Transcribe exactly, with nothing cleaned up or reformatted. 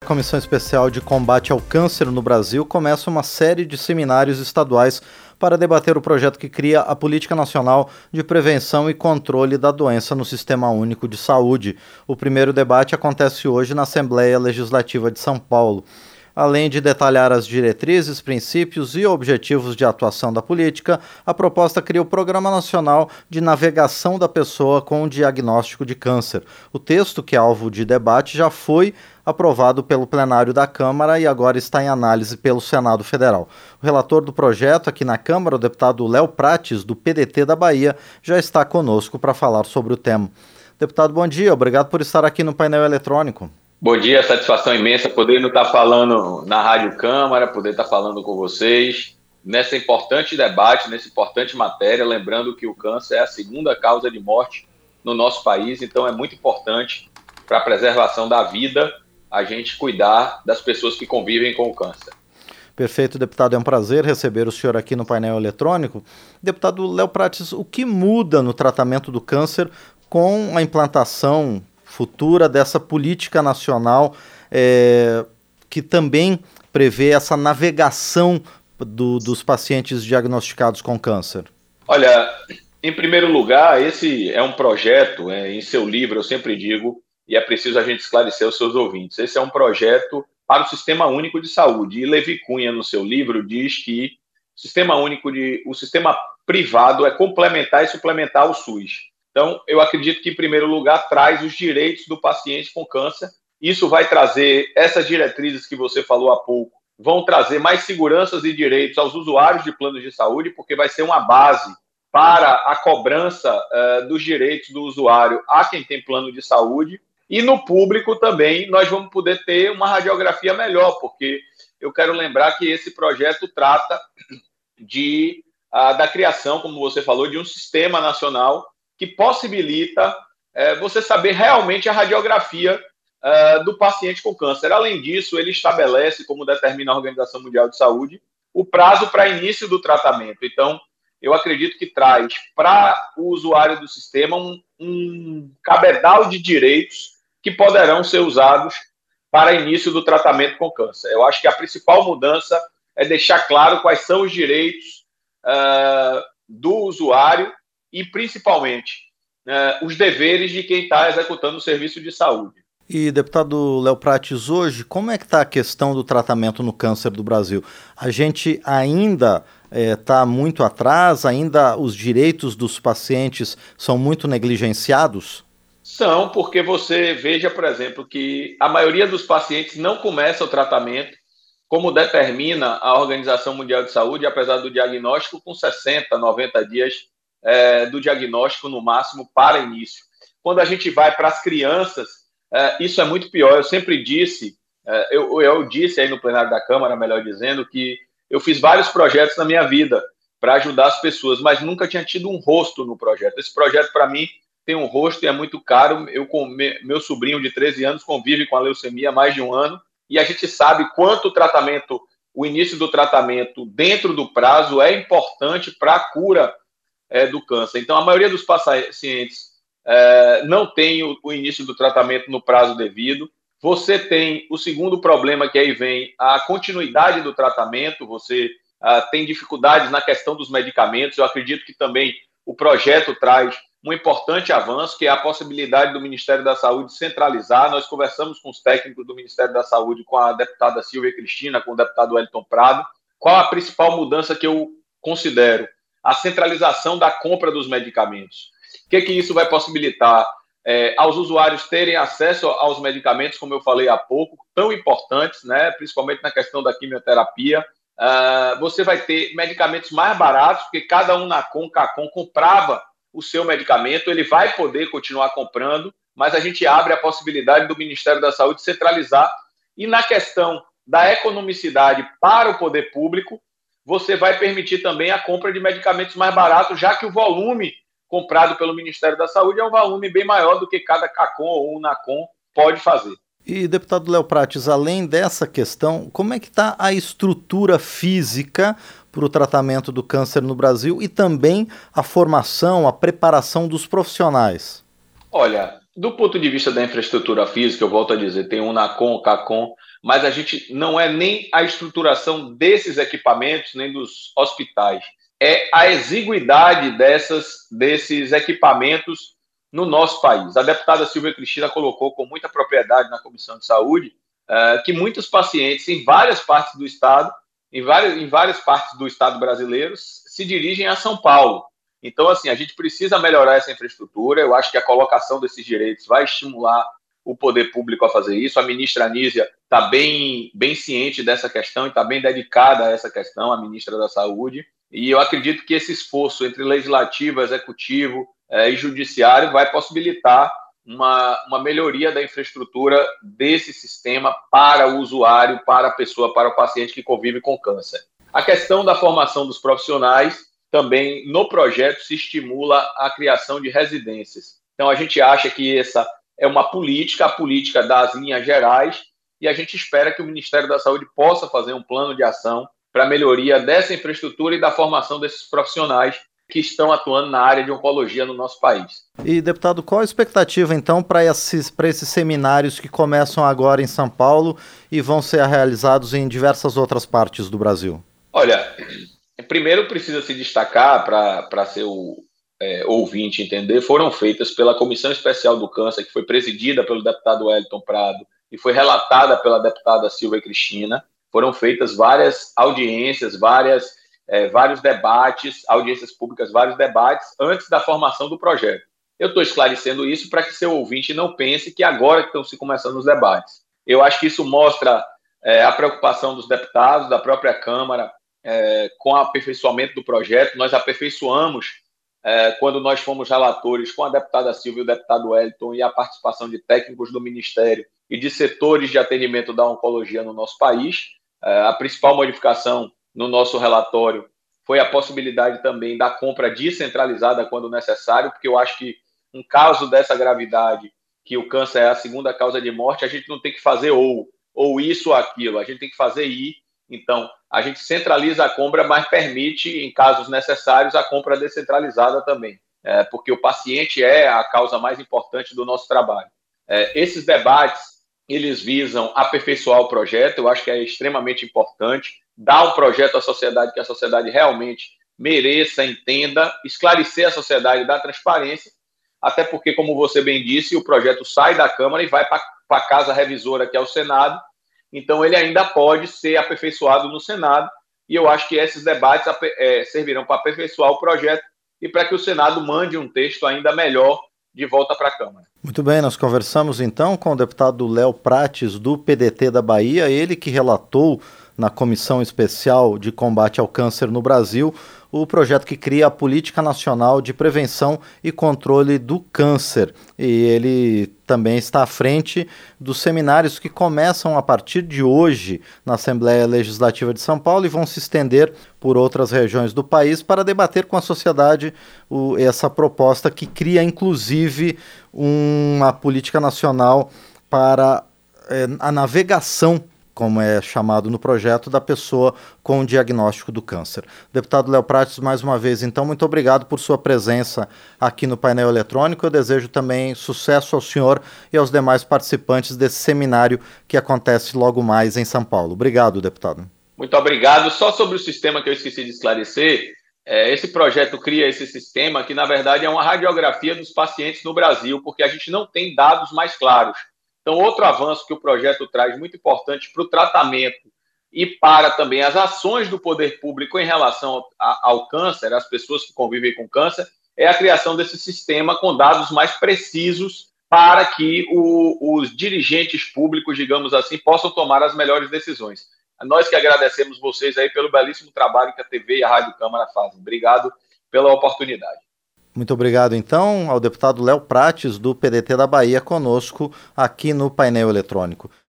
Comissão Especial de Combate ao Câncer no Brasil começa uma série de seminários estaduais para debater o projeto que cria a Política Nacional de Prevenção e Controle da Doença no Sistema Único de Saúde. O primeiro debate acontece hoje na Assembleia Legislativa de São Paulo. Além de detalhar as diretrizes, princípios e objetivos de atuação da política, a proposta cria o Programa Nacional de Navegação da Pessoa com o Diagnóstico de Câncer. O texto, que é alvo de debate, já foi aprovado pelo plenário da Câmara e agora está em análise pelo Senado Federal. O relator do projeto aqui na Câmara, o deputado Léo Prates, do P D T da Bahia, já está conosco para falar sobre o tema. Deputado, bom dia. Obrigado por estar aqui no painel eletrônico. Bom dia, satisfação imensa poder estar falando na Rádio Câmara, poder estar falando com vocês nessa importante debate, nessa importante matéria, lembrando que o câncer é a segunda causa de morte no nosso país, então é muito importante para a preservação da vida a gente cuidar das pessoas que convivem com o câncer. Perfeito, deputado, é um prazer receber o senhor aqui no painel eletrônico. Deputado Léo Prates, o que muda no tratamento do câncer com a implantação futura dessa política nacional é, que também prevê essa navegação do, dos pacientes diagnosticados com câncer? Olha, em primeiro lugar, esse é um projeto, é, em seu livro eu sempre digo, e é preciso a gente esclarecer os seus ouvintes, esse é um projeto para o Sistema Único de Saúde, e Levi Cunha, no seu livro, diz que o Sistema Único de, o sistema privado é complementar e suplementar o SUS. Então, eu acredito que, em primeiro lugar, traz os direitos do paciente com câncer. Isso vai trazer, essas diretrizes que você falou há pouco, vão trazer mais seguranças e direitos aos usuários de planos de saúde, porque vai ser uma base para a cobrança uh, dos direitos do usuário a quem tem plano de saúde. E no público também nós vamos poder ter uma radiografia melhor, porque eu quero lembrar que esse projeto trata de, uh, da criação, como você falou, de um sistema nacional que possibilita é, você saber realmente a radiografia é, do paciente com câncer. Além disso, ele estabelece, como determina a Organização Mundial de Saúde, o prazo para início do tratamento. Então, eu acredito que traz para o usuário do sistema um, um cabedal de direitos que poderão ser usados para início do tratamento com câncer. Eu acho que a principal mudança é deixar claro quais são os direitos é, do usuário e, principalmente, eh, os deveres de quem está executando o serviço de saúde. E, deputado Léo Prates, hoje, como é que está a questão do tratamento no câncer do Brasil? A gente ainda está eh, muito atrás? Ainda os direitos dos pacientes são muito negligenciados? São, porque você veja, por exemplo, que a maioria dos pacientes não começa o tratamento, como determina a Organização Mundial de Saúde, apesar do diagnóstico, com sessenta, noventa dias É, do diagnóstico no máximo para início. Quando a gente vai para as crianças, é, isso é muito pior. Eu sempre disse, é, eu, eu disse aí no plenário da Câmara, melhor dizendo, que eu fiz vários projetos na minha vida para ajudar as pessoas, mas nunca tinha tido um rosto no projeto. Esse projeto, para mim, tem um rosto e é muito caro. Eu, com me, meu sobrinho de treze anos convive com a leucemia há mais de um ano e a gente sabe quanto o tratamento, o início do tratamento dentro do prazo é importante para a cura É, do câncer. Então, a maioria dos pacientes é, não tem o, o início do tratamento no prazo devido. Você tem o segundo problema, que aí vem a continuidade do tratamento. Você ah, tem dificuldades na questão dos medicamentos. Eu acredito que também o projeto traz um importante avanço, que é a possibilidade do Ministério da Saúde centralizar. Nós conversamos com os técnicos do Ministério da Saúde, com a deputada Silvia Cristina, com o deputado Wellington Prado. Qual a principal mudança que eu considero? A centralização da compra dos medicamentos. O que, que isso vai possibilitar? É, aos usuários terem acesso aos medicamentos, como eu falei há pouco, tão importantes, né, principalmente na questão da quimioterapia. Uh, você vai ter medicamentos mais baratos, porque cada um na Com, Cacom, comprava o seu medicamento, ele vai poder continuar comprando, mas a gente abre a possibilidade do Ministério da Saúde centralizar. E na questão da economicidade para o poder público, você vai permitir também a compra de medicamentos mais baratos, já que o volume comprado pelo Ministério da Saúde é um volume bem maior do que cada Cacom ou Unacom pode fazer. E, deputado Léo Prates, além dessa questão, como é que está a estrutura física para o tratamento do câncer no Brasil e também a formação, a preparação dos profissionais? Olha, do ponto de vista da infraestrutura física, eu volto a dizer, tem Unacom, Cacom, mas a gente não é nem a estruturação desses equipamentos, nem dos hospitais, é a exiguidade dessas, desses equipamentos no nosso país. A deputada Silvia Cristina colocou com muita propriedade na Comissão de Saúde uh, que muitos pacientes em várias partes do estado, em várias, em várias partes do estado brasileiro, se dirigem a São Paulo. Então, assim, a gente precisa melhorar essa infraestrutura. Eu acho que a colocação desses direitos vai estimular o poder público a fazer isso. A ministra Anísia está bem, bem ciente dessa questão e está bem dedicada a essa questão, a ministra da Saúde. E eu acredito que esse esforço entre legislativo, executivo eh, e judiciário vai possibilitar uma, uma melhoria da infraestrutura desse sistema para o usuário, para a pessoa, para o paciente que convive com câncer. A questão da formação dos profissionais, também no projeto se estimula a criação de residências. Então, a gente acha que essa é uma política, a política das linhas gerais, e a gente espera que o Ministério da Saúde possa fazer um plano de ação para a melhoria dessa infraestrutura e da formação desses profissionais que estão atuando na área de oncologia no nosso país. E, deputado, qual a expectativa, então, para esses, para esses seminários que começam agora em São Paulo e vão ser realizados em diversas outras partes do Brasil? Olha, primeiro precisa se destacar, para ser o é, ouvinte entender, foram feitas pela Comissão Especial do Câncer, que foi presidida pelo deputado Wellington Prado e foi relatada pela deputada Silvia Cristina. Foram feitas várias audiências, várias, é, vários debates, audiências públicas, vários debates antes da formação do projeto. Eu estou esclarecendo isso para que seu ouvinte não pense que agora que estão se começando os debates. Eu acho que isso mostra é, a preocupação dos deputados, da própria Câmara, É, com o aperfeiçoamento do projeto. Nós aperfeiçoamos é, quando nós fomos relatores com a deputada Silvia e o deputado Wellington e a participação de técnicos do Ministério e de setores de atendimento da oncologia no nosso país. É, a principal modificação no nosso relatório foi a possibilidade também da compra descentralizada quando necessário, porque eu acho que um caso dessa gravidade, que o câncer é a segunda causa de morte, a gente não tem que fazer ou, ou isso ou aquilo, a gente tem que fazer e. Então, a gente centraliza a compra, mas permite, em casos necessários, a compra descentralizada também, é, porque o paciente é a causa mais importante do nosso trabalho. É, esses debates, eles visam aperfeiçoar o projeto, eu acho que é extremamente importante, dar um projeto à sociedade que a sociedade realmente mereça, entenda, esclarecer a sociedade da transparência, até porque, como você bem disse, o projeto sai da Câmara e vai para a Casa Revisora, que é o Senado. Então, ele ainda pode ser aperfeiçoado no Senado, e eu acho que esses debates é, servirão para aperfeiçoar o projeto e para que o Senado mande um texto ainda melhor de volta para a Câmara. Muito bem, nós conversamos então com o deputado Léo Prates, do P D T da Bahia, ele que relatou na Comissão Especial de Combate ao Câncer no Brasil o projeto que cria a Política Nacional de Prevenção e Controle do Câncer. E ele também está à frente dos seminários que começam a partir de hoje na Assembleia Legislativa de São Paulo e vão se estender por outras regiões do país para debater com a sociedade o, essa proposta que cria, inclusive, uma política nacional para é, a navegação, como é chamado no projeto, da pessoa com o diagnóstico do câncer. Deputado Léo Prates, mais uma vez, então, muito obrigado por sua presença aqui no painel eletrônico. Eu desejo também sucesso ao senhor e aos demais participantes desse seminário que acontece logo mais em São Paulo. Obrigado, deputado. Muito obrigado. Só sobre o sistema que eu esqueci de esclarecer, é, esse projeto cria esse sistema que, na verdade, é uma radiografia dos pacientes no Brasil, porque a gente não tem dados mais claros. Então, outro avanço que o projeto traz, muito importante para o tratamento e para também as ações do poder público em relação ao, ao câncer, às pessoas que convivem com câncer, é a criação desse sistema com dados mais precisos para que o, os dirigentes públicos, digamos assim, possam tomar as melhores decisões. Nós que agradecemos vocês aí pelo belíssimo trabalho que a T V e a Rádio Câmara fazem. Obrigado pela oportunidade. Muito obrigado, então, ao deputado Léo Prates, do P D T da Bahia, conosco aqui no painel eletrônico.